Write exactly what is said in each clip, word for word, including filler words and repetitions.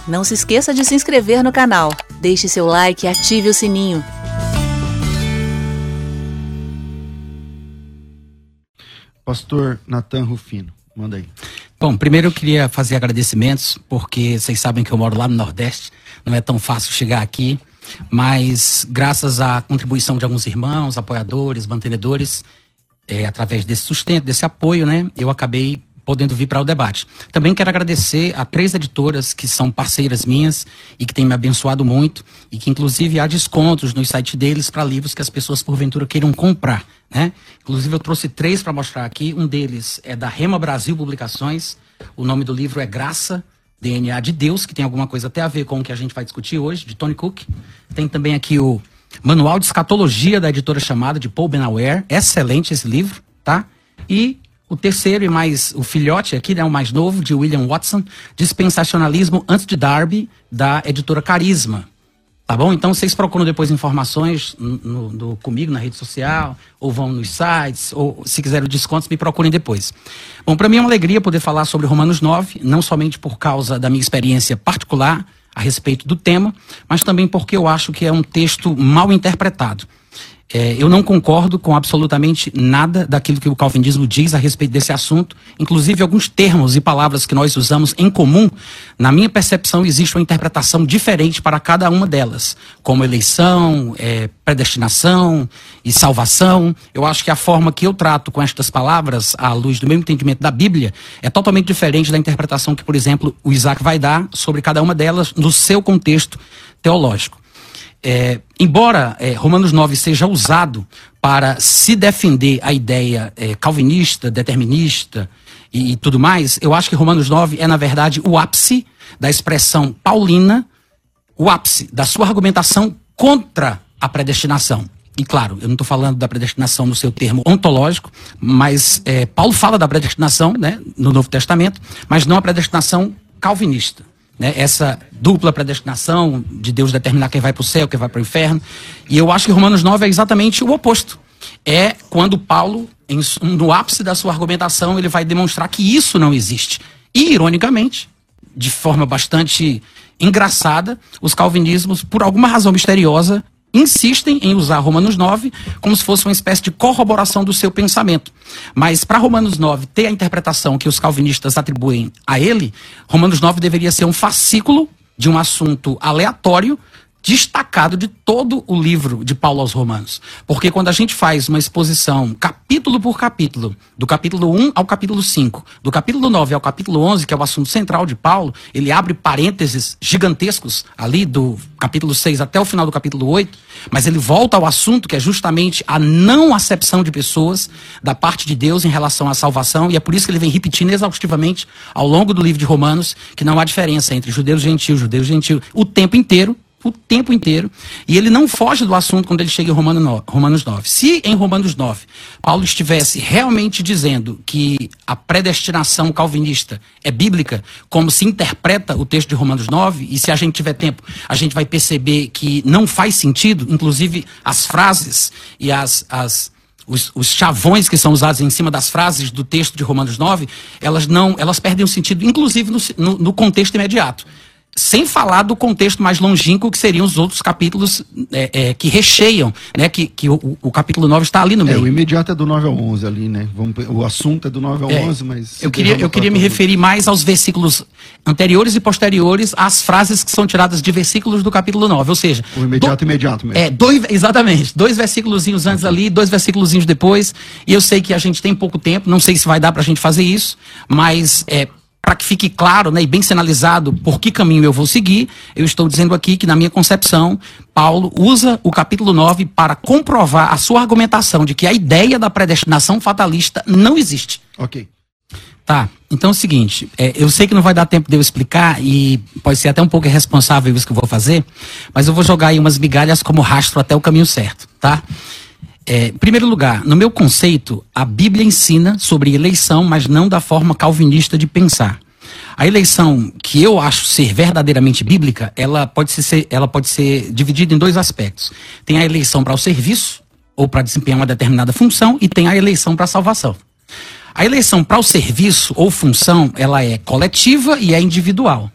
Não se esqueça de se inscrever no canal. Deixe seu like e ative o sininho. Pastor Natan Rufino, manda aí. Bom, primeiro eu queria fazer agradecimentos, porque vocês sabem que eu moro lá no Nordeste, não é tão fácil chegar aqui, mas graças à contribuição de alguns irmãos, apoiadores, mantenedores, é, através desse sustento, desse apoio, né, eu acabei podendo vir para o debate. Também quero agradecer a três editoras que são parceiras minhas e que têm me abençoado muito e que inclusive há descontos no site deles para livros que as pessoas porventura queiram comprar, né? Inclusive eu trouxe três para mostrar aqui. Um deles é da Rema Brasil Publicações. O nome do livro é Graça, D N A de Deus, que tem alguma coisa até a ver com o que a gente vai discutir hoje, de Tony Cook. Tem também aqui o Manual de Escatologia da editora Chamada, de Paul Benaware. Excelente esse livro, tá? E o terceiro e mais, o filhote aqui, né, o mais novo, de William Watson, Dispensacionalismo antes de Darby, da editora Carisma. Tá bom? Então vocês procuram depois informações no, no, comigo na rede social, ou vão nos sites, ou se quiserem descontos, me procurem depois. Bom, para mim é uma alegria poder falar sobre Romanos nove, não somente por causa da minha experiência particular a respeito do tema, mas também porque eu acho que é um texto mal interpretado. É, eu não concordo com absolutamente nada daquilo que o calvinismo diz a respeito desse assunto, inclusive alguns termos e palavras que nós usamos em comum. Na minha percepção, existe uma interpretação diferente para cada uma delas, como eleição, é, predestinação e salvação. Eu acho que a forma que eu trato com estas palavras, à luz do meu entendimento da Bíblia, é totalmente diferente da interpretação que, por exemplo, o Isaac vai dar sobre cada uma delas no seu contexto teológico. É, embora é, Romanos nove seja usado para se defender a ideia é, calvinista, determinista e, e tudo mais, eu acho que Romanos nove é, na verdade, o ápice da expressão paulina, o ápice da sua argumentação contra a predestinação. E claro, eu não estou falando da predestinação no seu termo ontológico, mas é, Paulo fala da predestinação, né, no Novo Testamento, mas não a predestinação calvinista. Né, essa dupla predestinação de Deus determinar quem vai para o céu, quem vai para o inferno. E eu acho que Romanos nove é exatamente o oposto. É quando Paulo, em, no ápice da sua argumentação, ele vai demonstrar que isso não existe. E, ironicamente, de forma bastante engraçada, os calvinismos, por alguma razão misteriosa, insistem em usar Romanos nove como se fosse uma espécie de corroboração do seu pensamento. Mas para Romanos nove ter a interpretação que os calvinistas atribuem a ele, Romanos nove deveria ser um fascículo de um assunto aleatório, destacado de todo o livro de Paulo aos Romanos. Porque quando a gente faz uma exposição capítulo por capítulo, do capítulo um ao capítulo cinco, do capítulo nove ao capítulo onze, que é o assunto central de Paulo, ele abre parênteses gigantescos ali do capítulo seis até o final do capítulo oito, mas ele volta ao assunto que é justamente a não acepção de pessoas da parte de Deus em relação à salvação, e é por isso que ele vem repetindo exaustivamente ao longo do livro de Romanos que não há diferença entre judeus e gentios, judeus e gentios, o tempo inteiro, o tempo inteiro, e ele não foge do assunto quando ele chega em Romanos nove. Se em Romanos nove Paulo estivesse realmente dizendo que a predestinação calvinista é bíblica, como se interpreta o texto de Romanos nove, e se a gente tiver tempo, a gente vai perceber que não faz sentido, inclusive as frases e as... as Os, os chavões que são usados em cima das frases do texto de Romanos nove, elas, não, elas perdem o sentido, inclusive no, no, no contexto imediato. Sem falar do contexto mais longínquo, que seriam os outros capítulos é, é, que recheiam, né? Que, que o, o capítulo nove está ali no meio. É, o imediato é do nove ao onze ali, né? Vamos, o assunto é do nove ao é, onze, mas... Eu queria, eu queria me referir mais aos versículos anteriores e posteriores às frases que são tiradas de versículos do capítulo nove, ou seja... O imediato do, imediato mesmo. É, dois, exatamente. Dois versículozinhos antes ali, dois versículozinhos depois, e eu sei que a gente tem pouco tempo, não sei se vai dar para a gente fazer isso, mas... é para que fique claro, né, e bem sinalizado por que caminho eu vou seguir, eu estou dizendo aqui que, na minha concepção, Paulo usa o capítulo nove para comprovar a sua argumentação de que a ideia da predestinação fatalista não existe. Ok. Tá, então é o seguinte, é, eu sei que não vai dar tempo de eu explicar e pode ser até um pouco irresponsável isso que eu vou fazer, mas eu vou jogar aí umas migalhas como rastro até o caminho certo, tá? É, em primeiro lugar, no meu conceito, a Bíblia ensina sobre eleição, mas não da forma calvinista de pensar. A eleição que eu acho ser verdadeiramente bíblica, ela pode ser, ela pode ser dividida em dois aspectos. Tem a eleição para o serviço, ou para desempenhar uma determinada função, e tem a eleição para a salvação. A eleição para o serviço ou função, ela é coletiva e é individual.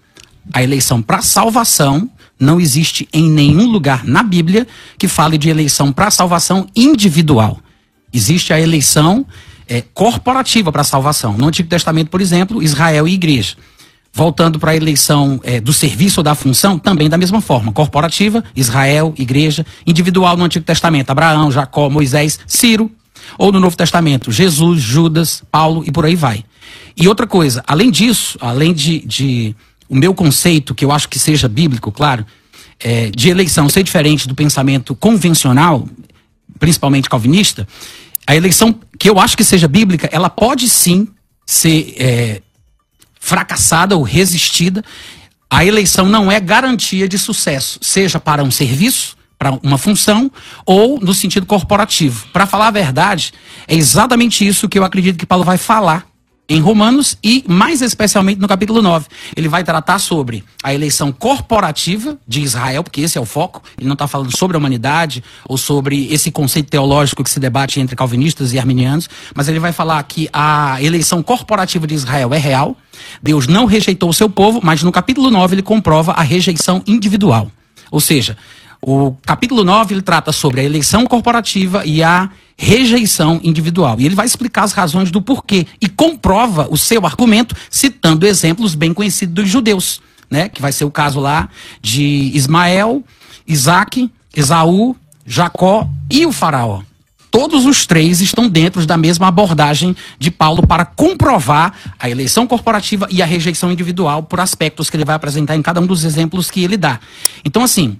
a eleição para salvação. Não existe em nenhum lugar na Bíblia que fale de eleição para salvação individual. Existe a eleição é, corporativa para salvação. No Antigo Testamento, por exemplo, Israel e igreja. Voltando para a eleição é, do serviço ou da função, também da mesma forma. Corporativa, Israel, igreja. Individual no Antigo Testamento, Abraão, Jacó, Moisés, Ciro. Ou no Novo Testamento, Jesus, Judas, Paulo e por aí vai. E outra coisa, além disso, além de... de o meu conceito, que eu acho que seja bíblico, claro, é, de eleição ser diferente do pensamento convencional, principalmente calvinista, a eleição que eu acho que seja bíblica, ela pode sim ser é, fracassada ou resistida. A eleição não é garantia de sucesso, seja para um serviço, para uma função, ou no sentido corporativo. Para falar a verdade, é exatamente isso que eu acredito que Paulo vai falar em Romanos e, mais especialmente, no capítulo nove. Ele vai tratar sobre a eleição corporativa de Israel, porque esse é o foco. Ele não está falando sobre a humanidade ou sobre esse conceito teológico que se debate entre calvinistas e arminianos, mas ele vai falar que a eleição corporativa de Israel é real. Deus não rejeitou o seu povo, mas no capítulo nove ele comprova a rejeição individual. Ou seja, o capítulo nove ele trata sobre a eleição corporativa e a rejeição individual. E ele vai explicar as razões do porquê e comprova o seu argumento citando exemplos bem conhecidos dos judeus, né? Que vai ser o caso lá de Ismael, Isaac, Esaú, Jacó e o faraó. Todos os três estão dentro da mesma abordagem de Paulo para comprovar a eleição corporativa e a rejeição individual por aspectos que ele vai apresentar em cada um dos exemplos que ele dá. Então, assim,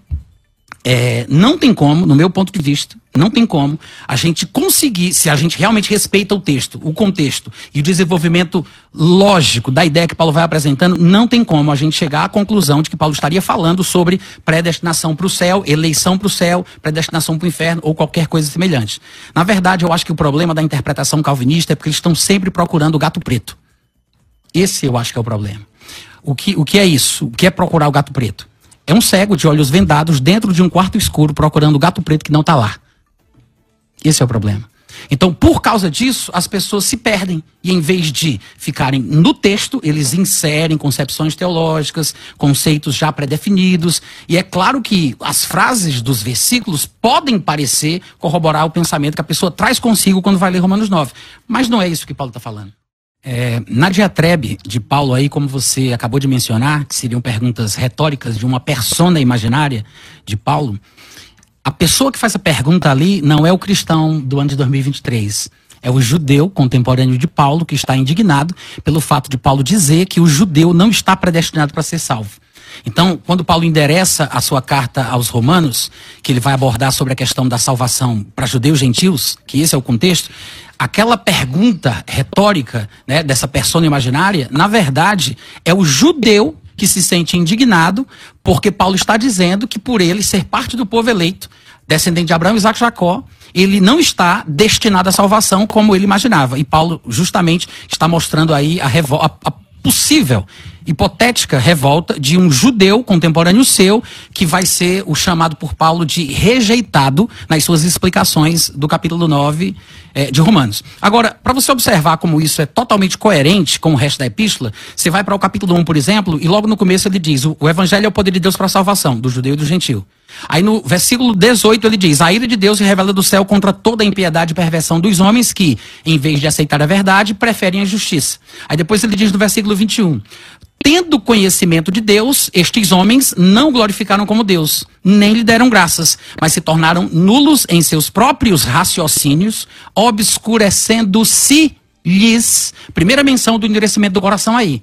É, não tem como, no meu ponto de vista, não tem como a gente conseguir, se a gente realmente respeita o texto, o contexto e o desenvolvimento lógico da ideia que Paulo vai apresentando, não tem como a gente chegar à conclusão de que Paulo estaria falando sobre predestinação para o céu, eleição para o céu, predestinação para o inferno ou qualquer coisa semelhante. Na verdade, eu acho que o problema da interpretação calvinista é porque eles estão sempre procurando o gato preto. Esse eu acho que é o problema. O que, o que é isso? O que é procurar o gato preto? É um cego de olhos vendados dentro de um quarto escuro procurando o gato preto que não está lá. Esse é o problema. Então, por causa disso, as pessoas se perdem. E em vez de ficarem no texto, eles inserem concepções teológicas, conceitos já pré-definidos. E é claro que as frases dos versículos podem parecer corroborar o pensamento que a pessoa traz consigo quando vai ler Romanos nove. Mas não é isso que Paulo está falando. É, na diatrebe de Paulo aí, como você acabou de mencionar, que seriam perguntas retóricas de uma persona imaginária de Paulo, a pessoa que faz a pergunta ali não é o cristão do ano de dois mil e vinte e três, é o judeu contemporâneo de Paulo que está indignado pelo fato de Paulo dizer que o judeu não está predestinado para ser salvo. Então, quando Paulo endereça a sua carta aos Romanos, que ele vai abordar sobre a questão da salvação para judeus e gentios, que esse é o contexto, aquela pergunta retórica, né, dessa persona imaginária, na verdade, é o judeu que se sente indignado porque Paulo está dizendo que por ele ser parte do povo eleito, descendente de Abraão, Isaac e Jacó, ele não está destinado à salvação como ele imaginava. E Paulo justamente está mostrando aí a, revol- a, a possível, hipotética revolta de um judeu contemporâneo seu, que vai ser o chamado por Paulo de rejeitado nas suas explicações do capítulo nove eh, de Romanos. Agora, para você observar como isso é totalmente coerente com o resto da epístola, você vai para o capítulo um, por exemplo, e logo no começo ele diz, o, o evangelho é o poder de Deus para a salvação, do judeu e do gentil. Aí no versículo dezoito ele diz, a ira de Deus se revela do céu contra toda a impiedade e perversão dos homens que, em vez de aceitar a verdade, preferem a justiça. Aí depois ele diz no versículo vinte e um, tendo conhecimento de Deus, estes homens não glorificaram como Deus, nem lhe deram graças, mas se tornaram nulos em seus próprios raciocínios, obscurecendo-se lhes, primeira menção do endurecimento do coração aí,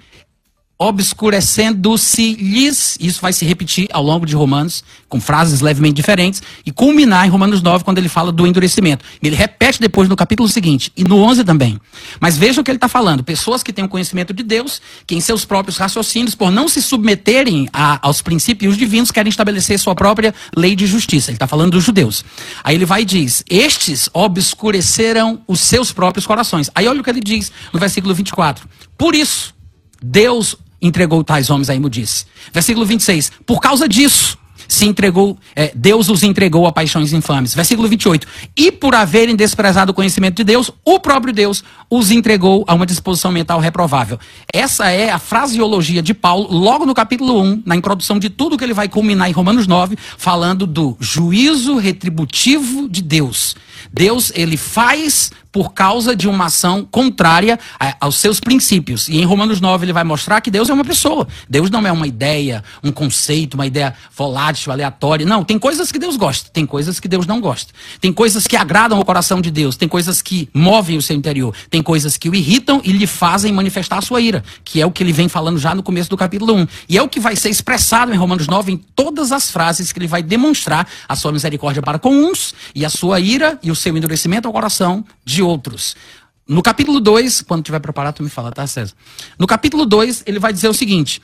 obscurecendo-se-lhes, isso vai se repetir ao longo de Romanos, com frases levemente diferentes, e culminar em Romanos nove, quando ele fala do endurecimento. Ele repete depois no capítulo seguinte, e no onze também. Mas veja o que ele está falando, pessoas que têm o conhecimento de Deus, que em seus próprios raciocínios, por não se submeterem a, aos princípios divinos, querem estabelecer sua própria lei de justiça. Ele está falando dos judeus. Aí ele vai e diz, estes obscureceram os seus próprios corações. Aí olha o que ele diz no versículo vinte e quatro. Por isso, Deus entregou tais homens à imundície. Versículo vinte e seis. Por causa disso, se entregou, é, Deus os entregou a paixões infames. Versículo vinte e oito. E por haverem desprezado o conhecimento de Deus, o próprio Deus os entregou a uma disposição mental reprovável. Essa é a fraseologia de Paulo, logo no capítulo um, na introdução de tudo que ele vai culminar em Romanos nove, falando do juízo retributivo de Deus. Deus, ele faz por causa de uma ação contrária a, aos seus princípios. E em Romanos nove ele vai mostrar que Deus é uma pessoa. Deus não é uma ideia, um conceito, uma ideia volátil, aleatória. Não, tem coisas que Deus gosta, tem coisas que Deus não gosta. Tem coisas que agradam o coração de Deus, tem coisas que movem o seu interior, tem coisas que o irritam e lhe fazem manifestar a sua ira, que é o que ele vem falando já no começo do capítulo um. E é o que vai ser expressado em Romanos nove em todas as frases que ele vai demonstrar a sua misericórdia para com uns e a sua ira e o seu endurecimento ao coração de outros. No capítulo dois, quando tiver preparado, tu me fala, tá, César? No capítulo dois, ele vai dizer o seguinte,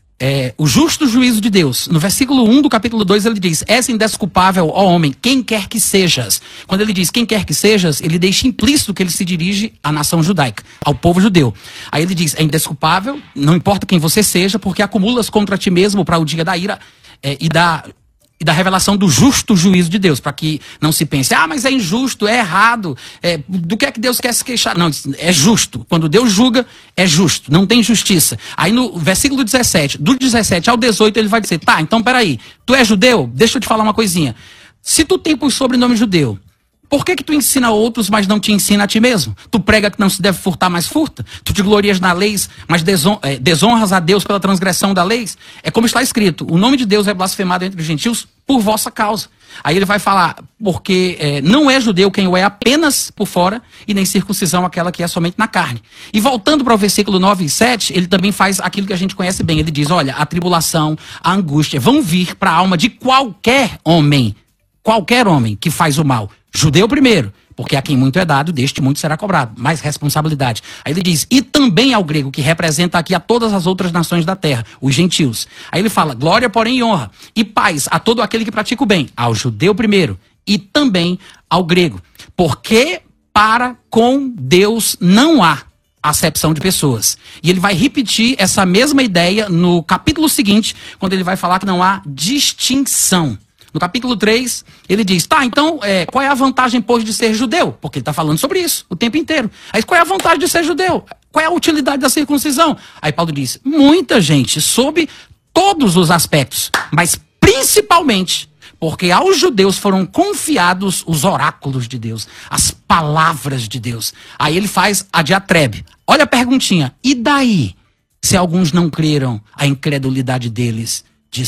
é, o justo juízo de Deus. No versículo um do capítulo dois, ele diz, és indesculpável, ó homem, quem quer que sejas. Quando ele diz quem quer que sejas, ele deixa implícito que ele se dirige à nação judaica, ao povo judeu. Aí ele diz, é indesculpável, não importa quem você seja, porque acumulas contra ti mesmo para o dia da ira é, e da... e da revelação do justo juízo de Deus, para que não se pense, ah, mas é injusto, é errado, é, do que é que Deus quer se queixar? Não, é justo. Quando Deus julga, é justo, não tem justiça. Aí no versículo dezessete, do dezessete ao dezoito, ele vai dizer, tá, então peraí, tu é judeu? Deixa eu te falar uma coisinha. Se tu tem por sobrenome judeu, por que que tu ensina outros, mas não te ensina a ti mesmo? Tu prega que não se deve furtar, mas furta? Tu te glorias na lei, mas deson é, desonras a Deus pela transgressão da lei? É como está escrito, o nome de Deus é blasfemado entre os gentios por vossa causa. Aí ele vai falar, porque é, não é judeu quem o é apenas por fora, e nem circuncisão aquela que é somente na carne. E voltando para o versículo nove e sete, ele também faz aquilo que a gente conhece bem. Ele diz, olha, a tribulação, a angústia vão vir para a alma de qualquer homem, qualquer homem que faz o mal. Judeu primeiro, porque a quem muito é dado, deste muito será cobrado. Mais responsabilidade. Aí ele diz, e também ao grego, que representa aqui a todas as outras nações da terra, os gentios. Aí ele fala, glória, porém, e honra, e paz a todo aquele que pratica o bem, ao judeu primeiro, e também ao grego. Porque para com Deus não há acepção de pessoas. E ele vai repetir essa mesma ideia no capítulo seguinte, quando ele vai falar que não há distinção. No capítulo três, ele diz, tá, então, é, qual é a vantagem, pois, de ser judeu? Porque ele está falando sobre isso o tempo inteiro. Aí, qual é a vantagem de ser judeu? Qual é a utilidade da circuncisão? Aí Paulo diz, muita gente, sob todos os aspectos, mas principalmente porque aos judeus foram confiados os oráculos de Deus, as palavras de Deus. Aí ele faz a diatrebe. Olha a perguntinha, e daí, se alguns não creram, a incredulidade deles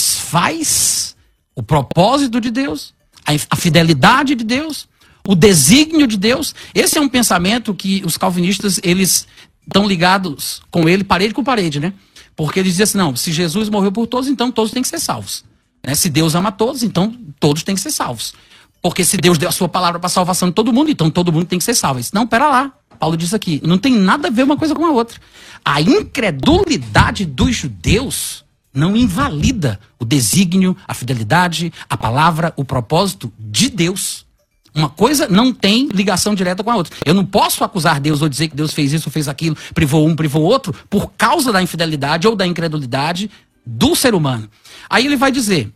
desfaz o propósito de Deus, a fidelidade de Deus, o desígnio de Deus? Esse é um pensamento que os calvinistas, eles estão ligados com ele, parede com parede, né? Porque eles dizem assim, não, se Jesus morreu por todos, então todos têm que ser salvos. Né? Se Deus ama todos, então todos têm que ser salvos. Porque se Deus deu a sua palavra para a salvação de todo mundo, então todo mundo tem que ser salvo. Disse, não, pera lá, Paulo diz aqui, não tem nada a ver uma coisa com a outra. A incredulidade dos judeus não invalida o desígnio, a fidelidade, a palavra, o propósito de Deus. Uma coisa não tem ligação direta com a outra. Eu não posso acusar Deus ou dizer que Deus fez isso ou fez aquilo, privou um, privou outro, por causa da infidelidade ou da incredulidade do ser humano. Aí ele vai dizer,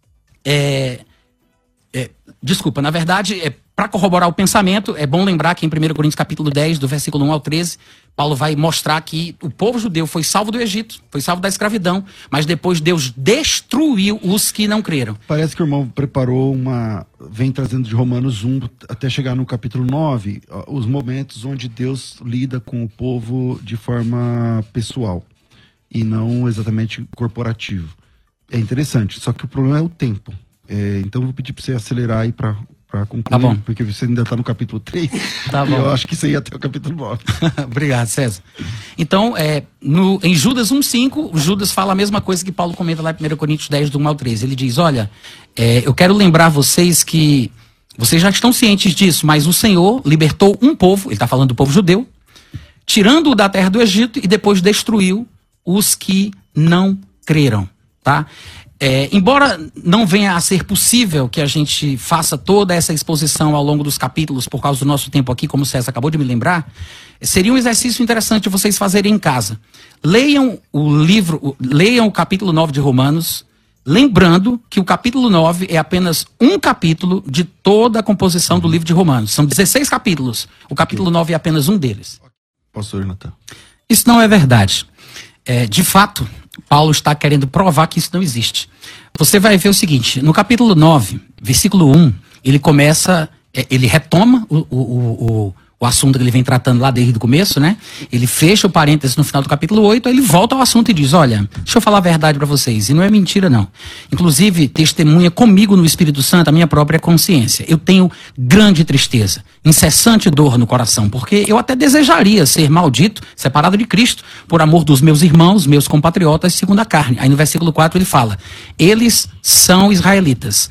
é, é, desculpa, na verdade, é, para corroborar o pensamento, é bom lembrar que em primeiro Coríntios capítulo dez, do versículo um ao treze, Paulo vai mostrar que o povo judeu foi salvo do Egito, foi salvo da escravidão, mas depois Deus destruiu os que não creram. Parece que o irmão preparou uma... vem trazendo de Romanos um até chegar no capítulo nove, os momentos onde Deus lida com o povo de forma pessoal e não exatamente corporativo. É interessante, só que o problema é o tempo. É, então eu vou pedir para você acelerar aí para... para concluir, tá bom. Porque você ainda está no capítulo três, tá bom. Eu acho que isso ia até o capítulo nove. Obrigado, César. Então, é, no, em Judas um, cinco, Judas fala a mesma coisa que Paulo comenta lá em primeiro Coríntios dez, do um ao treze. Ele diz, olha, é, eu quero lembrar vocês que vocês já estão cientes disso, mas o Senhor libertou um povo, ele está falando do povo judeu, tirando-o da terra do Egito e depois destruiu os que não creram, tá? É, embora não venha a ser possível que a gente faça toda essa exposição ao longo dos capítulos por causa do nosso tempo aqui, como o César acabou de me lembrar, seria um exercício interessante vocês fazerem em casa. Leiam o livro, leiam o capítulo nove de Romanos, Lembrando que o capítulo nove é apenas um capítulo de toda a composição do livro de Romanos. São dezesseis capítulos. O capítulo nove é apenas um deles. Pastor Natan. Isso não é verdade. É, de fato, Paulo está querendo provar que isso não existe. Você vai ver o seguinte, no capítulo nove, versículo um, ele começa, ele retoma o, o, o, o assunto que ele vem tratando lá desde o começo, né? Ele fecha o parênteses no final do capítulo oito, aí ele volta ao assunto e diz, olha, deixa eu falar a verdade para vocês, e não é mentira não. Inclusive, testemunha comigo no Espírito Santo a minha própria consciência. Eu tenho grande tristeza, incessante dor no coração, porque eu até desejaria ser maldito, separado de Cristo, por amor dos meus irmãos, meus compatriotas, segundo a carne. Aí no versículo quatro ele fala, eles são israelitas,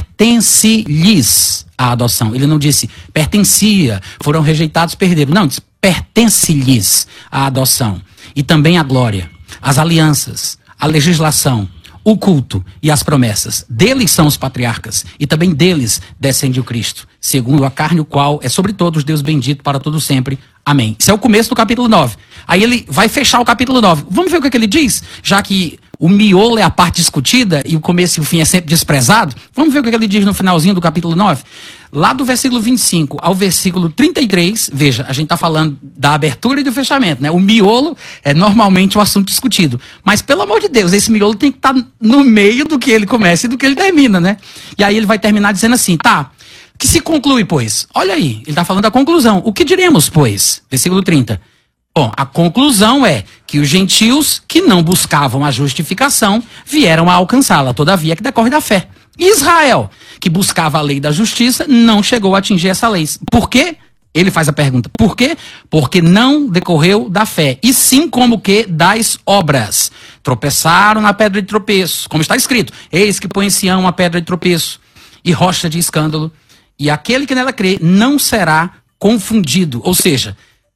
pertence-lhes a adoção. Ele não disse pertencia, foram rejeitados, perderam. Não, diz pertence-lhes a adoção. E também a glória, as alianças, a legislação, o culto e as promessas. Deles são os patriarcas, e também deles descende o Cristo, segundo a carne, o qual é sobre todos Deus bendito para todo sempre. Amém. Isso é o começo do capítulo nove. Aí ele vai fechar o capítulo nove. Vamos ver o que, é que ele diz? Já que o miolo é a parte discutida e o começo e o fim é sempre desprezado, vamos ver o que, é que ele diz no finalzinho do capítulo nove. Lá do versículo vinte e cinco ao versículo trinta e três, veja, a gente está falando da abertura e do fechamento, né? O miolo é normalmente o assunto discutido. Mas, pelo amor de Deus, esse miolo tem que estar tá no meio do que ele começa e do que ele termina, né? E aí ele vai terminar dizendo assim, tá, que se conclui, pois? Olha aí, ele está falando da conclusão. O que diremos, pois? Versículo trinta. Bom, a conclusão é que os gentios que não buscavam a justificação vieram a alcançá-la, todavia que decorre da fé. Israel, que buscava a lei da justiça, não chegou a atingir essa lei. Por quê? Ele faz a pergunta. Por quê? Porque não decorreu da fé, e sim como que das obras. Tropeçaram na pedra de tropeço, como está escrito. Eis que põe em Sião uma pedra de tropeço e rocha de escândalo, e aquele que nela crê não será confundido. Ou seja,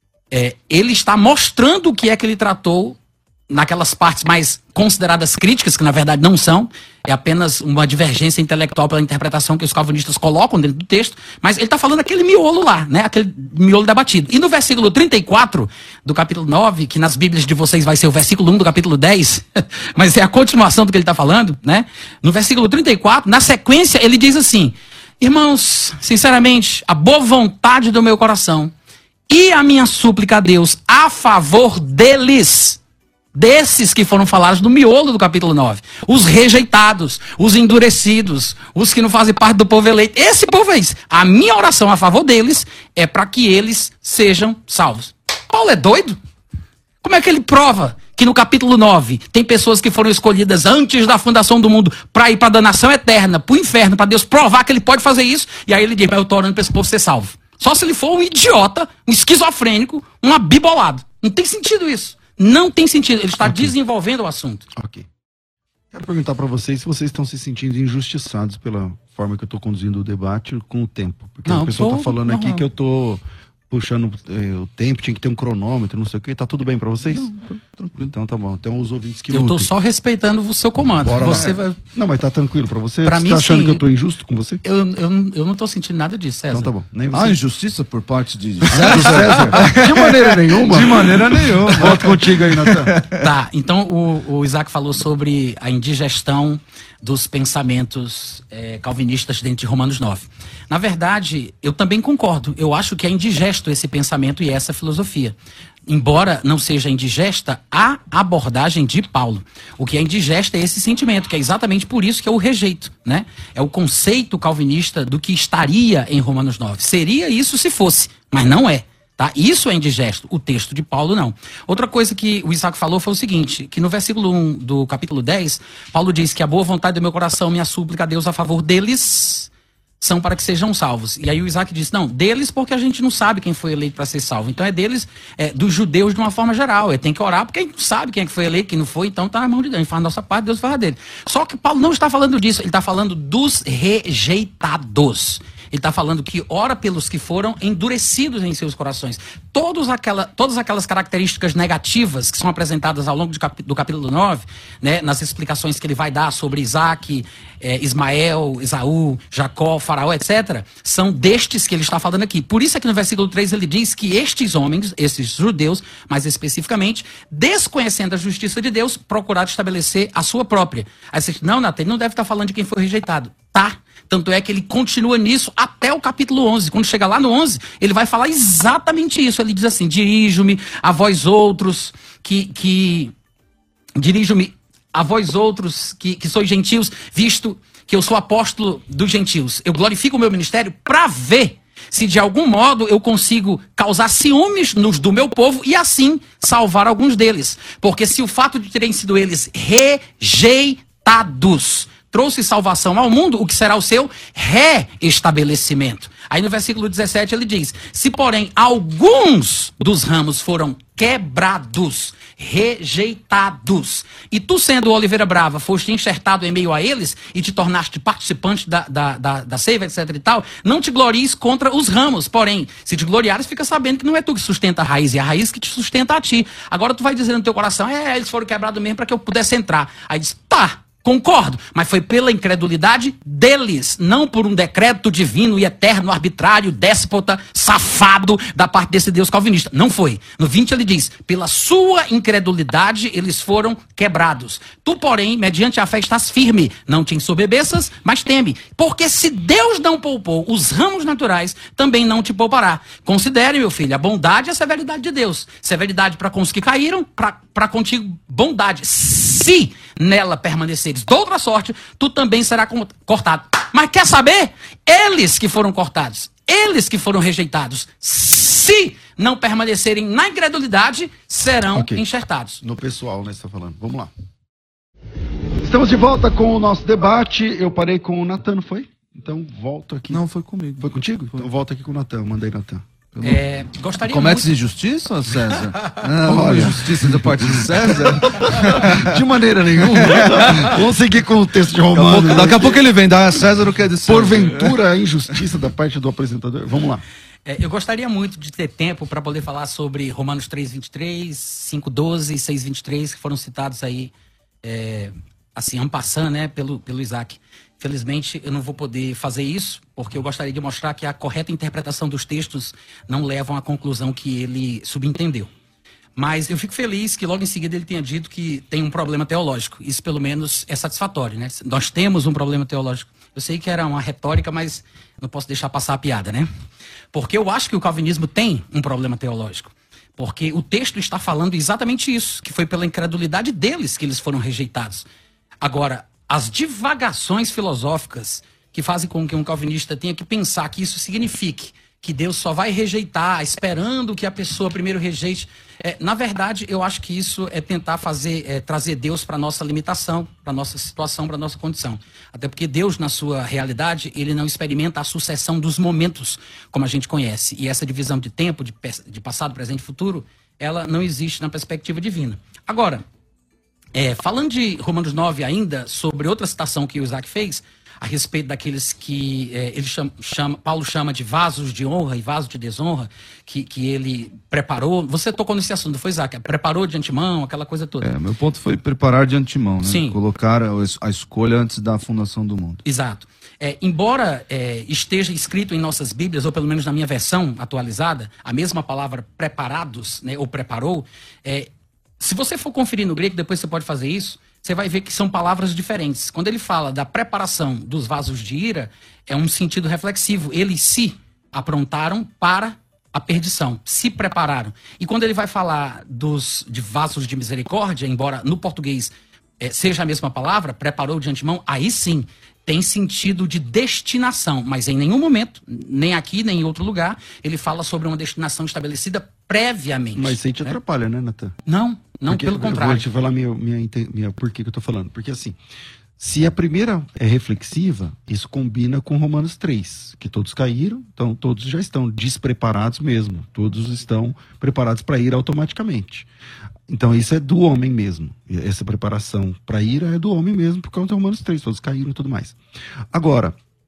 é, ele está mostrando o que é que ele tratou naquelas partes mais consideradas críticas, que na verdade não são, é apenas uma divergência intelectual pela interpretação que os calvinistas colocam dentro do texto, mas ele está falando aquele miolo lá, né? Aquele miolo debatido. E no versículo trinta e quatro do capítulo nove, que nas bíblias de vocês vai ser o versículo um do capítulo dez, mas é a continuação do que ele está falando, né? No versículo trinta e quatro, na sequência, ele diz assim, irmãos, sinceramente, a boa vontade do meu coração e a minha súplica a Deus a favor deles, desses que foram falados no miolo do capítulo nove, os rejeitados, os endurecidos, os que não fazem parte do povo eleito, esse povo é isso. A minha oração a favor deles é para que eles sejam salvos. Paulo é doido? Como é que ele prova que no capítulo nove tem pessoas que foram escolhidas antes da fundação do mundo para ir para a danação eterna, para o inferno, para Deus provar que ele pode fazer isso, e aí ele diz, mas eu estou orando para esse povo ser salvo. Só se ele for um idiota, um esquizofrênico, um abibolado. Não tem sentido isso. Não tem sentido. Ele está okay. desenvolvendo o assunto. Ok. Quero perguntar para vocês se vocês estão se sentindo injustiçados pela forma que eu estou conduzindo o debate com o tempo. Porque não, a pessoa está falando não, aqui não. que eu estou puxando eh, o tempo, tinha que ter um cronômetro, não sei o que. Tá tudo bem para vocês? Não, tranquilo. Então tá bom. Então os ouvintes que Eu estou só respeitando o seu comando. Bora você lá. vai... Não, mas tá tranquilo para você? Pra você mim, tá achando sim. que eu estou injusto com você? Eu, eu, eu não estou sentindo nada disso, César. Então tá bom. Nem você... Há injustiça por parte de César? De maneira nenhuma. De maneira nenhuma. Volto contigo aí, Natan. Tá, então o, o Isaac falou sobre a indigestão dos pensamentos é, calvinistas dentro de Romanos nove. Na verdade, eu também concordo. Eu acho que é indigesto esse pensamento e essa filosofia. Embora não seja indigesta a abordagem de Paulo. O que é indigesta é esse sentimento, que é exatamente por isso que eu o rejeito, né? É o conceito calvinista do que estaria em Romanos nove. Seria isso se fosse, mas não é. Tá? Isso é indigesto, o texto de Paulo não. Outra coisa que o Isaac falou foi o seguinte, que no versículo um do capítulo dez, Paulo diz que a boa vontade do meu coração, minha súplica a Deus a favor deles, são para que sejam salvos. E aí o Isaac disse, não, deles porque a gente não sabe quem foi eleito para ser salvo. Então é deles, é, dos judeus de uma forma geral. Ele tem que orar porque a gente não sabe quem é que foi eleito, quem não foi, então está na mão de Deus. A gente faz a nossa parte, Deus faz a dele. Só que Paulo não está falando disso, ele está falando dos rejeitados. Ele está falando que ora pelos que foram endurecidos em seus corações. Todos aquela, todas aquelas características negativas que são apresentadas ao longo de cap, do capítulo nove, né, nas explicações que ele vai dar sobre Isaac, é, Ismael, Esaú, Jacó, Faraó, etcétera, são destes que ele está falando aqui. Por isso é que no versículo três ele diz que estes homens, esses judeus, mais especificamente, desconhecendo a justiça de Deus, procuraram estabelecer a sua própria. Aí você diz, não, Natan, ele não deve estar falando de quem foi rejeitado. Tá. Tanto é que ele continua nisso até o capítulo onze. Quando chega lá no onze, ele vai falar exatamente isso. Ele diz assim, dirijo-me a vós outros que... que... Dirijo-me a vós outros que, que sois gentios, visto que eu sou apóstolo dos gentios. Eu glorifico o meu ministério para ver se de algum modo eu consigo causar ciúmes nos do meu povo e assim salvar alguns deles. Porque se o fato de terem sido eles rejeitados trouxe salvação ao mundo, o que será o seu reestabelecimento? Aí no versículo dezessete ele diz, se porém alguns dos ramos foram quebrados, rejeitados, e tu sendo oliveira brava, foste enxertado em meio a eles, e te tornaste participante da, da, da, da seiva, etc e tal, não te glories contra os ramos, porém, se te gloriares, fica sabendo que não é tu que sustenta a raiz, é a raiz que te sustenta a ti. Agora tu vai dizer no teu coração, é, eles foram quebrados mesmo para que eu pudesse entrar. Aí diz, tá, concordo, mas foi pela incredulidade deles, não por um decreto divino e eterno, arbitrário, déspota, safado da parte desse Deus calvinista. Não foi. No vinte ele diz, pela sua incredulidade eles foram quebrados. Tu, porém, mediante a fé estás firme, não te ensoberbeças, mas teme. Porque se Deus não poupou os ramos naturais, também não te poupará. Considere, meu filho, a bondade e a severidade de Deus. Severidade para com os que caíram, para contigo bondade. Se nela permaneceres de outra sorte, tu também será cortado. Mas quer saber? Eles que foram cortados, eles que foram rejeitados, se não permanecerem na incredulidade, serão okay. enxertados. No pessoal, né, você está falando. Vamos lá. Estamos de volta com o nosso debate. Eu parei com o Natan, não foi? Então volto aqui. Não, foi comigo. Foi contigo? Foi. Então volto aqui com o Natan. Mandei Natan. É, gostaria Cometes muito... injustiça, César? Não, olha, injustiça da parte de César? De maneira nenhuma. Vamos seguir com o texto de Romanos. Daqui a pouco, daqui a pouco ele vem dar a César o que é de César. Porventura a injustiça da parte do apresentador. Vamos lá. É, eu gostaria muito de ter tempo para poder falar sobre Romanos três, vinte e três, cinco, doze e seis, vinte e três, que foram citados aí, é, assim, en passant, né, pelo, pelo Isaac. Felizmente, eu não vou poder fazer isso, porque eu gostaria de mostrar que a correta interpretação dos textos não levam à conclusão que ele subentendeu. Mas eu fico feliz que logo em seguida ele tenha dito que tem um problema teológico. Isso, pelo menos, é satisfatório, né? Nós temos um problema teológico. Eu sei que era uma retórica, mas não posso deixar passar a piada, né? Porque eu acho que o calvinismo tem um problema teológico. Porque o texto está falando exatamente isso, que foi pela incredulidade deles que eles foram rejeitados. Agora, as divagações filosóficas que fazem com que um calvinista tenha que pensar que isso signifique que Deus só vai rejeitar, esperando que a pessoa primeiro rejeite. É, na verdade, eu acho que isso é tentar fazer, é, trazer Deus para a nossa limitação, para a nossa situação, para a nossa condição. Até porque Deus, na sua realidade, ele não experimenta a sucessão dos momentos, como a gente conhece. E essa divisão de tempo, de, de passado, presente e futuro, ela não existe na perspectiva divina. Agora, É, falando de Romanos nove ainda, sobre outra citação que o Isaac fez, a respeito daqueles que é, ele chama, chama, Paulo chama de vasos de honra e vasos de desonra, que, que ele preparou. Você tocou nesse assunto, foi, Isaac? Preparou de antemão, aquela coisa toda. É, meu ponto foi preparar de antemão, né? Sim. Colocar a, a escolha antes da fundação do mundo. Exato. É, embora é, esteja escrito em nossas Bíblias, ou pelo menos na minha versão atualizada, a mesma palavra preparados, né, ou preparou, é, se você for conferir no grego, depois você pode fazer isso, você vai ver que são palavras diferentes. Quando ele fala da preparação dos vasos de ira, é um sentido reflexivo. Eles se aprontaram para a perdição, se prepararam. E quando ele vai falar dos, de vasos de misericórdia, embora no português é, seja a mesma palavra, preparou de antemão, aí sim tem sentido de destinação, mas em nenhum momento, nem aqui, nem em outro lugar, ele fala sobre uma destinação estabelecida previamente. Mas isso aí te né? atrapalha, né, Natan? Não, não, Porque, pelo contrário. Eu vou te falar minha, minha, minha, por que, que eu tô falando. Porque assim, se a primeira é reflexiva, isso combina com Romanos três, que todos caíram, então todos já estão despreparados mesmo, todos estão preparados para ir automaticamente. Então isso é do homem mesmo, essa preparação para ira é do homem mesmo, por causa do Romanos três, todos caíram e tudo mais. Agora,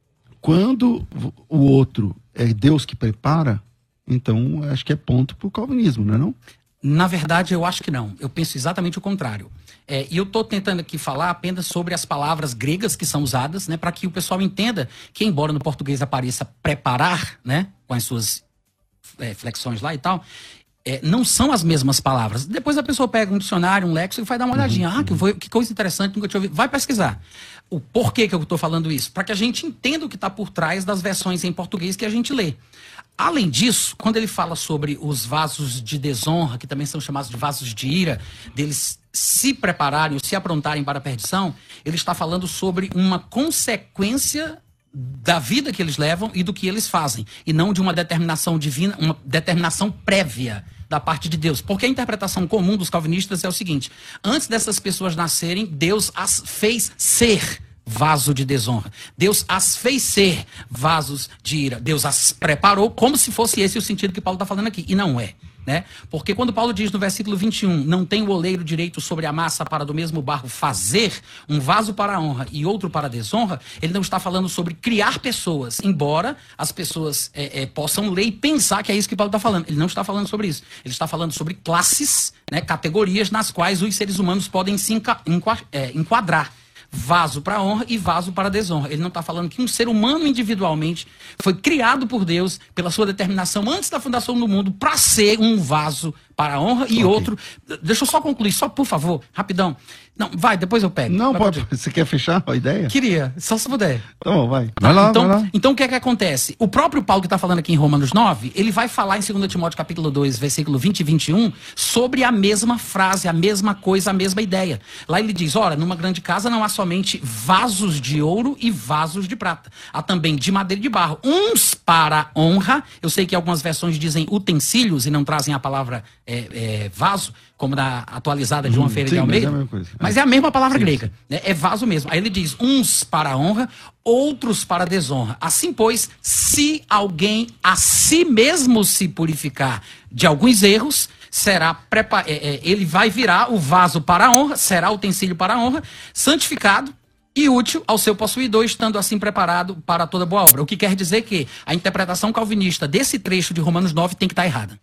Quando o outro é Deus que prepara, então acho que é ponto pro calvinismo, não é não? Na verdade, eu acho que não. Eu penso exatamente o contrário. É, e eu estou tentando aqui falar apenas sobre as palavras gregas que são usadas, né, para que o pessoal entenda que, embora no português apareça preparar, né, com as suas é, flexões lá e tal, é, não são as mesmas palavras. Depois a pessoa pega um dicionário, um léxico e vai dar uma olhadinha. Uhum. Ah, que, foi, que coisa interessante, nunca tinha ouvido. Vai pesquisar. O porquê que eu estou falando isso? Para que a gente entenda o que está por trás das versões em português que a gente lê. Além disso, quando ele fala sobre os vasos de desonra, que também são chamados de vasos de ira, deles se prepararem ou se aprontarem para a perdição, ele está falando sobre uma consequência da vida que eles levam e do que eles fazem, e não de uma determinação divina, uma determinação prévia da parte de Deus. Porque a interpretação comum dos calvinistas é o seguinte: antes dessas pessoas nascerem, Deus as fez ser vaso de desonra. Deus as fez ser vasos de ira. Deus as preparou como se fosse esse o sentido que Paulo está falando aqui. E não é. Né? Porque quando Paulo diz no versículo vinte e um, não tem o oleiro direito sobre a massa para do mesmo barro fazer um vaso para a honra e outro para a desonra, ele não está falando sobre criar pessoas, embora as pessoas é, é, possam ler e pensar que é isso que Paulo está falando. Ele não está falando sobre isso. Ele está falando sobre classes, né, categorias nas quais os seres humanos podem se enca- enqua- é, enquadrar. Vaso para a honra e vaso para a desonra. Ele não está falando que um ser humano individualmente foi criado por Deus pela sua determinação antes da fundação do mundo para ser um vaso para a honra e okay. outro. Deixa eu só concluir, só por favor, rapidão. Não, vai, depois eu pego. Não, vai, pode. pode. Você quer fechar a ideia? Queria, só se puder. Então, vai. Tá, vai lá, então, vai lá. Então, o que é que acontece? O próprio Paulo que está falando aqui em Romanos nove, ele vai falar em dois Timóteo capítulo dois, versículo vinte e vinte e um, sobre a mesma frase, a mesma coisa, a mesma ideia. Lá ele diz, ora, numa grande casa não há somente vasos de ouro e vasos de prata. Há também de madeira e de barro, uns para honra. Eu sei que algumas versões dizem utensílios e não trazem a palavra é, é, vaso, como na atualizada de uma hum, feira sim, de Almeida. Mas é a mesma, coisa. Mas é a mesma palavra sim, grega. Né? É vaso mesmo. Aí ele diz, uns para a honra, outros para a desonra. Assim, pois, se alguém a si mesmo se purificar de alguns erros, será prepa- é, é, ele vai virar o vaso para a honra, será utensílio para a honra, santificado e útil ao seu possuidor, estando assim preparado para toda boa obra. O que quer dizer que a interpretação calvinista desse trecho de Romanos nove tem que estar errada.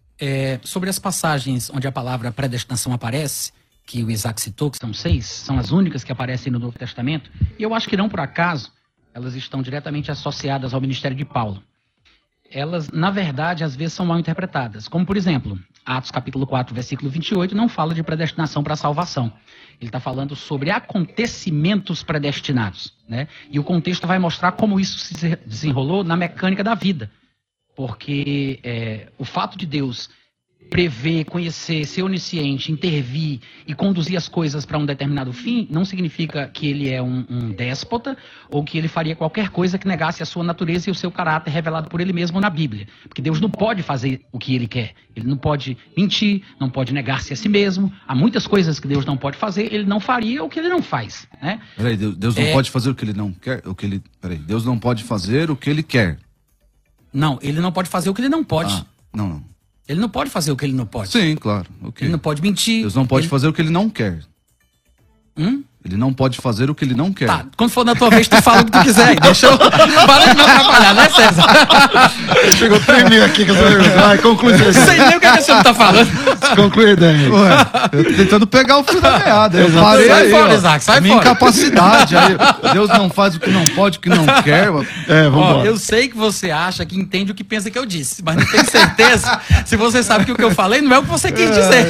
É, sobre as passagens onde a palavra predestinação aparece, que o Isaac citou, que são seis, são as únicas que aparecem no Novo Testamento, e eu acho que não por acaso, elas estão diretamente associadas ao ministério de Paulo. Elas, na verdade, às vezes são mal interpretadas. Como, por exemplo, Atos capítulo quatro, versículo vinte e oito, não fala de predestinação para a salvação. Ele está falando sobre acontecimentos predestinados, né? E o contexto vai mostrar como isso se desenrolou na mecânica da vida. Porque é, o fato de Deus prever, conhecer, ser onisciente, intervir e conduzir as coisas para um determinado fim, não significa que ele é um, um déspota ou que ele faria qualquer coisa que negasse a sua natureza e o seu caráter revelado por ele mesmo na Bíblia. Porque Deus não pode fazer o que ele quer. Ele não pode mentir, não pode negar-se a si mesmo. Há muitas coisas que Deus não pode fazer, ele não faria o que ele não faz. Né? Peraí, Deus, Deus não é... pode fazer o que ele não quer? O que ele... Peraí, Deus não pode fazer o que ele quer. Não, ele não pode fazer o que ele não pode. Ah, não, não. Ele não pode fazer o que ele não pode. Sim, claro. Okay. Ele não pode mentir. Deus não pode ele... fazer o que ele não quer. Hum? Ele não pode fazer o que ele não quer. Tá, quando for na tua vez, tu fala o que tu quiser aí. Deixa eu... Para de me atrapalhar, né, César? Chegou tremendo aqui com essa pergunta. Vai, conclui. Não sei nem o que você tá falando. Conclui a ideia. Ué, eu tô tentando pegar o fio da meada. Eu parei sai aí, fora, ó, Isaac, sai minha fora. Incapacidade. Aí, Deus não faz o que não pode, o que não quer. É, vamos ó, eu sei que você acha que entende o que pensa que eu disse, mas não tenho certeza se você sabe que o que eu falei não é o que você quis dizer.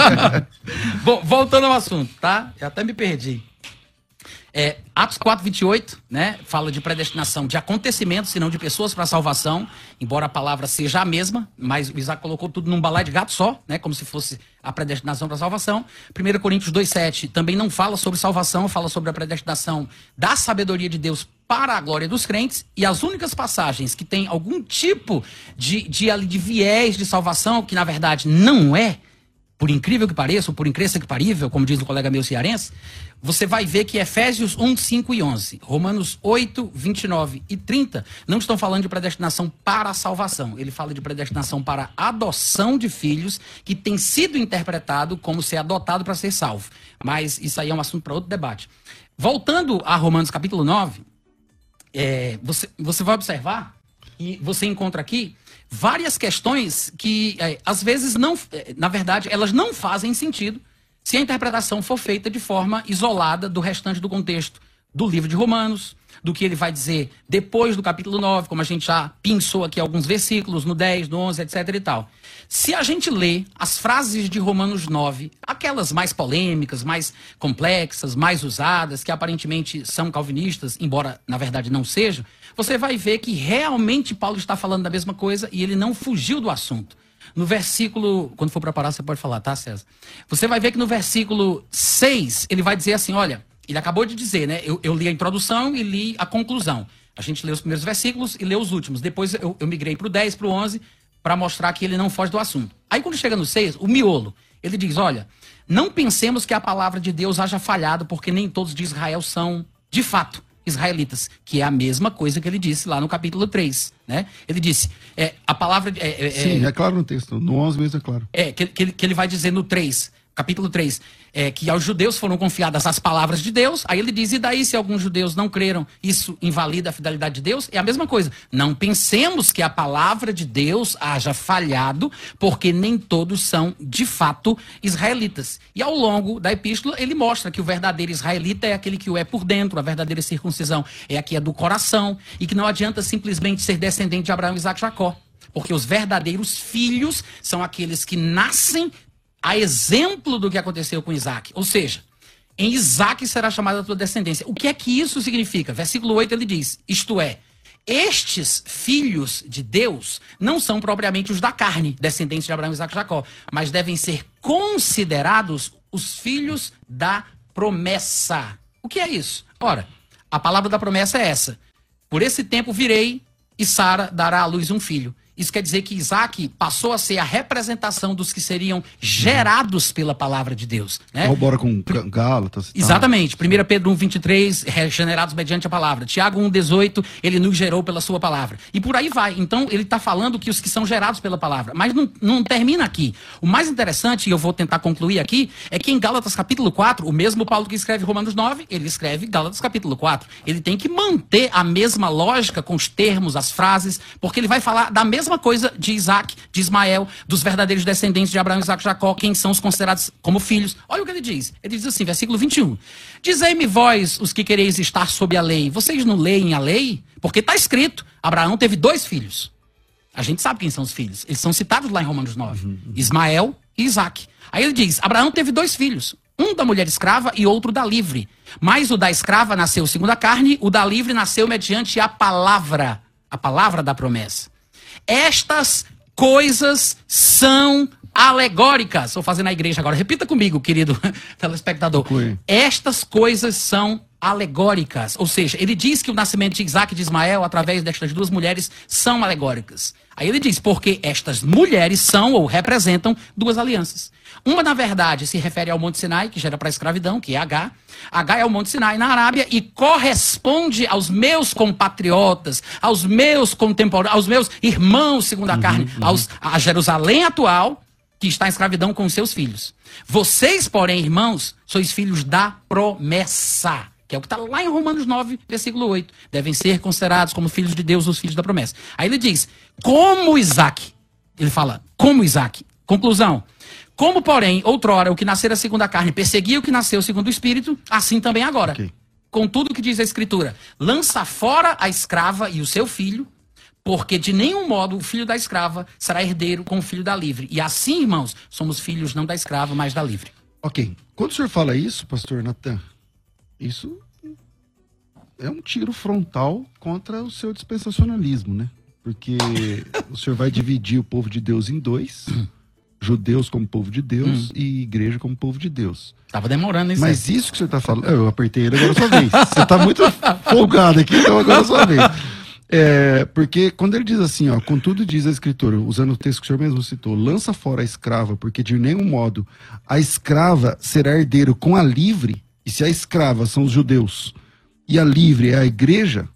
Bom, voltando ao assunto, tá? Eu até me perdi. É, Atos quatro, vinte e oito, né, fala de predestinação de acontecimentos e não de pessoas para a salvação, embora a palavra seja a mesma, mas o Isaac colocou tudo num balai de gato só, né, como se fosse a predestinação para a salvação. primeira Coríntios dois, sete também não fala sobre salvação, fala sobre a predestinação da sabedoria de Deus para a glória dos crentes, e as únicas passagens que tem algum tipo de, de, de viés de salvação, que na verdade não é, por incrível que pareça, ou por incrível que parível, como diz o colega meu cearense, você vai ver que Efésios um, cinco e onze, Romanos oito, vinte e nove e trinta, não estão falando de predestinação para a salvação. Ele fala de predestinação para a adoção de filhos, que tem sido interpretado como ser adotado para ser salvo. Mas isso aí é um assunto para outro debate. Voltando a Romanos capítulo nove, é, você, você vai observar e você encontra aqui várias questões que, é, às vezes, não, é, na verdade, elas não fazem sentido se a interpretação for feita de forma isolada do restante do contexto do livro de Romanos, do que ele vai dizer depois do capítulo nove, como a gente já pensou aqui alguns versículos, no dez, no onze, etc e tal. Se a gente lê as frases de Romanos nove, aquelas mais polêmicas, mais complexas, mais usadas, que aparentemente são calvinistas, embora na verdade não sejam, você vai ver que realmente Paulo está falando da mesma coisa e ele não fugiu do assunto. No versículo, quando for preparar você pode falar, tá, César? Você vai ver que no versículo seis, ele vai dizer assim, olha, ele acabou de dizer, né? Eu, eu li a introdução e li a conclusão. A gente leu os primeiros versículos e leu os últimos. Depois eu, eu migrei para o dez, para o onze, para mostrar que ele não foge do assunto. Aí quando chega no seis, o miolo, ele diz, olha, não pensemos que a palavra de Deus haja falhado, porque nem todos de Israel são, de fato, israelitas, que é a mesma coisa que ele disse lá no capítulo três, né? Ele disse, é, a palavra... É, é, Sim, é claro no texto, no onze mesmo é claro. É, que, que, ele, que ele vai dizer no três, capítulo três, é, que aos judeus foram confiadas as palavras de Deus, aí ele diz, e daí se alguns judeus não creram, isso invalida a fidelidade de Deus? É a mesma coisa. Não pensemos que a palavra de Deus haja falhado, porque nem todos são, de fato, israelitas. E ao longo da epístola, ele mostra que o verdadeiro israelita é aquele que o é por dentro, a verdadeira circuncisão é a que é do coração, e que não adianta simplesmente ser descendente de Abraão, Isaac e Jacó, porque os verdadeiros filhos são aqueles que nascem a exemplo do que aconteceu com Isaac. Ou seja, em Isaac será chamada a tua descendência. O que é que isso significa? Versículo oito ele diz, isto é, estes filhos de Deus não são propriamente os da carne, descendentes de Abraão, Isaac e Jacó, mas devem ser considerados os filhos da promessa. O que é isso? Ora, a palavra da promessa é essa. Por esse tempo virei e Sara dará à luz um filho. Isso quer dizer que Isaac passou a ser a representação dos que seriam gerados pela palavra de Deus. Né? Corrobora com Gálatas. Exatamente. primeira Pedro um, vinte e três, regenerados mediante a palavra. Tiago um, dezoito, ele nos gerou pela sua palavra. E por aí vai. Então, ele está falando que os que são gerados pela palavra. Mas não, não termina aqui. O mais interessante, e eu vou tentar concluir aqui, é que em Gálatas capítulo quatro, o mesmo Paulo que escreve Romanos nove, ele escreve Gálatas capítulo quatro. Ele tem que manter a mesma lógica com os termos, as frases, porque ele vai falar da mesma mesma coisa de Isaac, de Ismael, dos verdadeiros descendentes de Abraão, Isaac e Jacó, quem são os considerados como filhos. Olha o que ele diz. Ele diz assim, versículo vinte e um. Dizei-me vós, os que quereis estar sob a lei, vocês não leem a lei? Porque está escrito, Abraão teve dois filhos. A gente sabe quem são os filhos. Eles são citados lá em Romanos nove. Uhum, uhum. Ismael e Isaac. Aí ele diz, Abraão teve dois filhos. Um da mulher escrava e outro da livre. Mas o da escrava nasceu segundo a carne, o da livre nasceu mediante a palavra. A palavra da promessa. Estas coisas são alegóricas. Vou fazer na igreja agora. Repita comigo, querido telespectador. Oi. Estas coisas são alegóricas. Ou seja, ele diz que o nascimento de Isaac e de Ismael, através destas duas mulheres, são alegóricas. Aí ele diz, porque estas mulheres são ou representam duas alianças. Uma, na verdade, se refere ao Monte Sinai, que gera para a escravidão, que é H. H é o Monte Sinai na Arábia e corresponde aos meus compatriotas, aos meus contemporâneos, aos meus irmãos, segundo a uhum, carne, uhum. Aos, a Jerusalém atual, que está em escravidão com os seus filhos. Vocês, porém, irmãos, sois filhos da promessa, que é o que está lá em Romanos nove, versículo oito. Devem ser considerados como filhos de Deus os filhos da promessa. Aí ele diz, como Isaac, ele fala, como Isaac. Conclusão. Como, porém, outrora, o que nascera segundo a carne perseguia o que nasceu segundo o Espírito, assim também agora. Okay. Contudo, o que diz a Escritura? Lança fora a escrava e o seu filho, porque de nenhum modo o filho da escrava será herdeiro com o filho da livre. E assim, irmãos, somos filhos não da escrava, mas da livre. Ok. Quando o senhor fala isso, pastor Natan, isso é um tiro frontal contra o seu dispensacionalismo, né? Porque o senhor vai dividir o povo de Deus em dois... Judeus como povo de Deus hum. e igreja como povo de Deus. Tava demorando isso. Mas aí. Isso que você tá falando... Eu apertei ele, agora é sua vez. Você tá muito folgado aqui, então agora é sua vez. É, porque quando ele diz assim, ó, contudo diz a escritura, usando o texto que o senhor mesmo citou, lança fora a escrava, porque de nenhum modo a escrava será herdeiro com a livre, e se a escrava são os judeus e a livre é a igreja...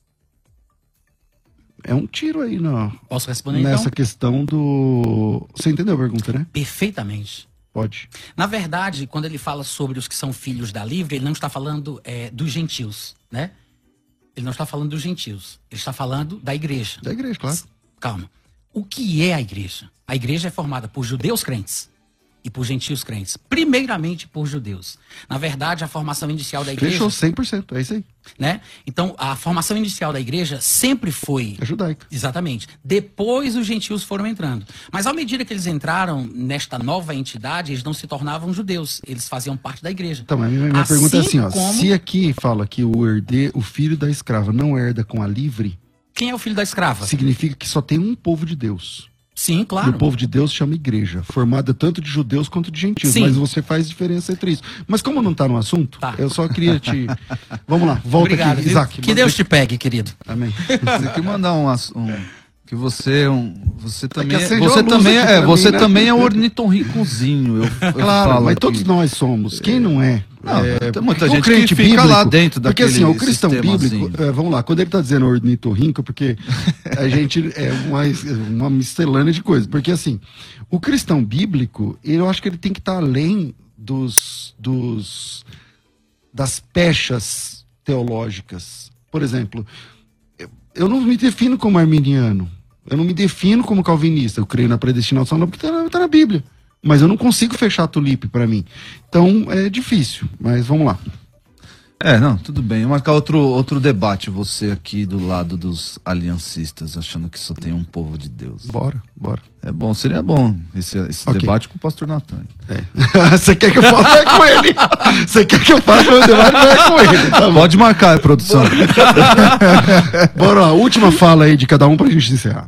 É um tiro aí na, Posso responder, nessa então? questão do... Você entendeu a pergunta, né? Perfeitamente. Pode. Na verdade, quando ele fala sobre os que são filhos da livre, ele não está falando é, dos gentios, né? Ele não está falando dos gentios. Ele está falando da igreja. Da igreja, claro. Calma. O que é a igreja? A igreja é formada por judeus crentes e por gentios crentes. Primeiramente por judeus. Na verdade, a formação inicial da igreja... Fechou cem por cento, é isso aí. Né? Então, a formação inicial da igreja sempre foi... É judaica. Exatamente. Depois os gentios foram entrando. Mas à medida que eles entraram nesta nova entidade, eles não se tornavam judeus. Eles faziam parte da igreja. Então, minha, minha Assim pergunta é assim, ó. como- Se aqui fala que o herdeiro, o filho da escrava não herda com a livre, Quem é o filho da escrava? significa que só tem um povo de Deus. Sim, E claro. o povo de Deus chama igreja, formada tanto de judeus quanto de gentios. Sim. Mas você faz diferença entre isso. Mas como não tá no assunto, Tá. eu só queria te... Vamos lá, volta Obrigado, aqui. viu? Isaac. Que manda- Deus te pegue, querido. Amém. Você que mandar um, ass- um que você é um, você também é, acendeu a você luz também aqui é, pra você mim, né? também é um ornitorrincozinho. Eu, eu Claro, falo mas aqui. todos nós somos. Quem não é? Não, é tem muita porque o gente crente que fica lá dentro Porque daquele assim, ó, o cristão sistemazinho. bíblico, é, vamos lá, quando ele tá dizendo ornitorrinco, porque a gente é uma, uma miscelânea de coisas. Porque assim, o cristão bíblico, eu acho que ele tem que estar além dos, dos das pechas teológicas. Por exemplo, eu- eu não me defino como arminiano. Eu não me defino como calvinista. Eu creio na predestinação não, porque está na, tá na Bíblia. Mas eu não consigo fechar a tulipe para mim. Então é difícil. Mas vamos lá. É, não, tudo bem. Vou marcar outro, outro debate, você aqui do lado dos aliancistas, achando que só tem um povo de Deus. Bora, bora. É bom, seria bom esse, esse Ok. debate com o pastor Natan. É. Você quer que eu fale é com ele? Você quer que eu faça o debate é com ele? Tá bom. Pode marcar, produção. Bora lá, última fala aí de cada um pra gente encerrar.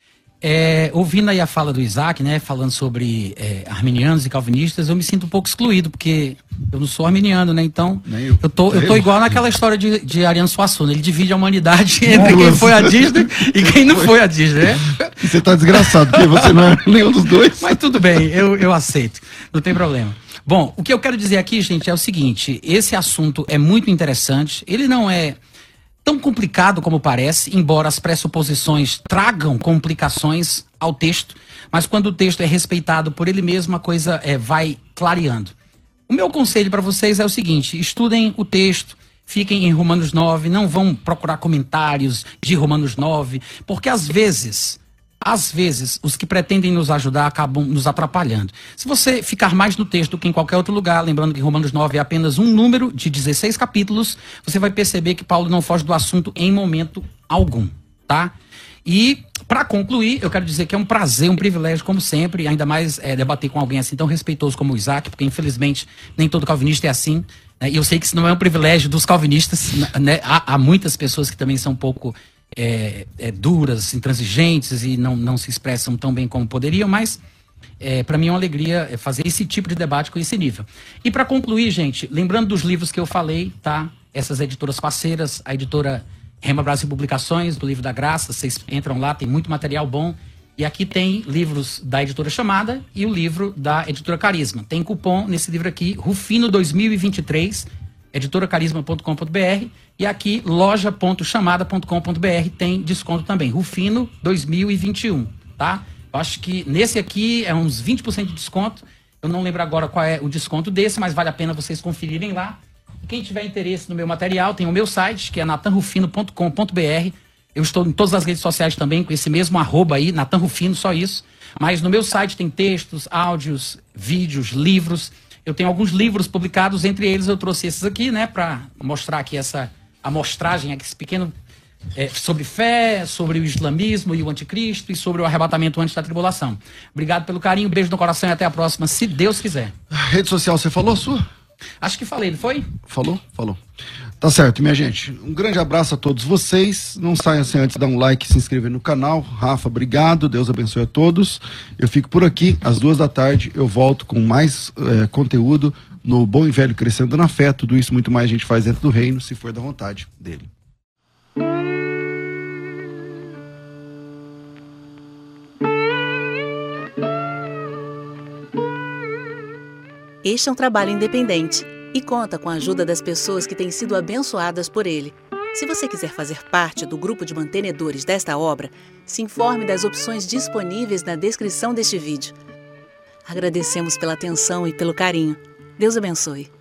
É, ouvindo aí a fala do Isaac, né, falando sobre é, arminianos e calvinistas, eu me sinto um pouco excluído, porque eu não sou arminiano, né? Então, Nem eu. eu tô, eu tô Eu? igual naquela história de, de Ariano Suassuna. Ele divide a humanidade entre quem foi a Disney e quem não foi a Disney, né? Você tá desgraçado, porque você não é nenhum dos dois. Mas tudo bem, eu, eu aceito, não tem problema. Bom, o que eu quero dizer aqui, gente, é o seguinte: esse assunto é muito interessante, ele não é tão complicado como parece, embora as pressuposições tragam complicações ao texto, mas quando o texto é respeitado por ele mesmo, a coisa é, vai clareando. O meu conselho para vocês é o seguinte: estudem o texto, fiquem em Romanos nove, não vão procurar comentários de Romanos nove, porque às vezes, às vezes, os que pretendem nos ajudar acabam nos atrapalhando. Se você ficar mais no texto do que em qualquer outro lugar, lembrando que Romanos nove é apenas um número de dezesseis capítulos, você vai perceber que Paulo não foge do assunto em momento algum, tá? E, para concluir, eu quero dizer que é um prazer, um privilégio, como sempre, ainda mais é, debater com alguém assim tão respeitoso como o Isaac, porque infelizmente nem todo calvinista é assim, né? E eu sei que isso não é um privilégio dos calvinistas, né? Há, há muitas pessoas que também são um pouco é, é, duras, intransigentes e não, não se expressam tão bem como poderiam, mas é, para mim é uma alegria fazer esse tipo de debate com esse nível. E para concluir, gente, lembrando dos livros que eu falei, tá? Essas editoras parceiras, a editora Rema Brasil Publicações, do Livro da Graça, vocês entram lá, tem muito material bom. E aqui tem livros da editora Chamada e o livro da editora Carisma. Tem cupom nesse livro aqui, Rufino dois mil e vinte e três, editora carisma ponto com ponto br, e aqui loja ponto chamada ponto com ponto br tem desconto também, Rufino dois mil e vinte e um, tá? Eu acho que nesse aqui é uns vinte por cento de desconto. Eu não lembro agora qual é o desconto desse, mas vale a pena vocês conferirem lá. Quem tiver interesse no meu material, tem o meu site, que é natan rufino ponto com ponto br. Eu estou em todas as redes sociais também, com esse mesmo arroba aí, Natan Rufino, só isso. Mas no meu site tem textos, áudios, vídeos, livros. Eu tenho alguns livros publicados, entre eles eu trouxe esses aqui, né, para mostrar aqui essa amostragem, aqui, esse pequeno, é, sobre fé, sobre o islamismo e o anticristo e sobre o arrebatamento antes da tribulação. Obrigado pelo carinho, beijo no coração e até a próxima, se Deus quiser. Rede social, você falou a sua? Acho que falei, não foi? Falou? Falou. Tá certo, minha gente. Um grande abraço a todos vocês. Não saiam sem antes dar um like e se inscrever no canal. Rafa, obrigado. Deus abençoe a todos. Eu fico por aqui. Às duas da tarde eu volto com mais eh, conteúdo no Bom e Velho Crescendo na Fé. Tudo isso muito mais a gente faz dentro do reino, se for da vontade dele. Este é um trabalho independente e conta com a ajuda das pessoas que têm sido abençoadas por ele. Se você quiser fazer parte do grupo de mantenedores desta obra, se informe das opções disponíveis na descrição deste vídeo. Agradecemos pela atenção e pelo carinho. Deus abençoe.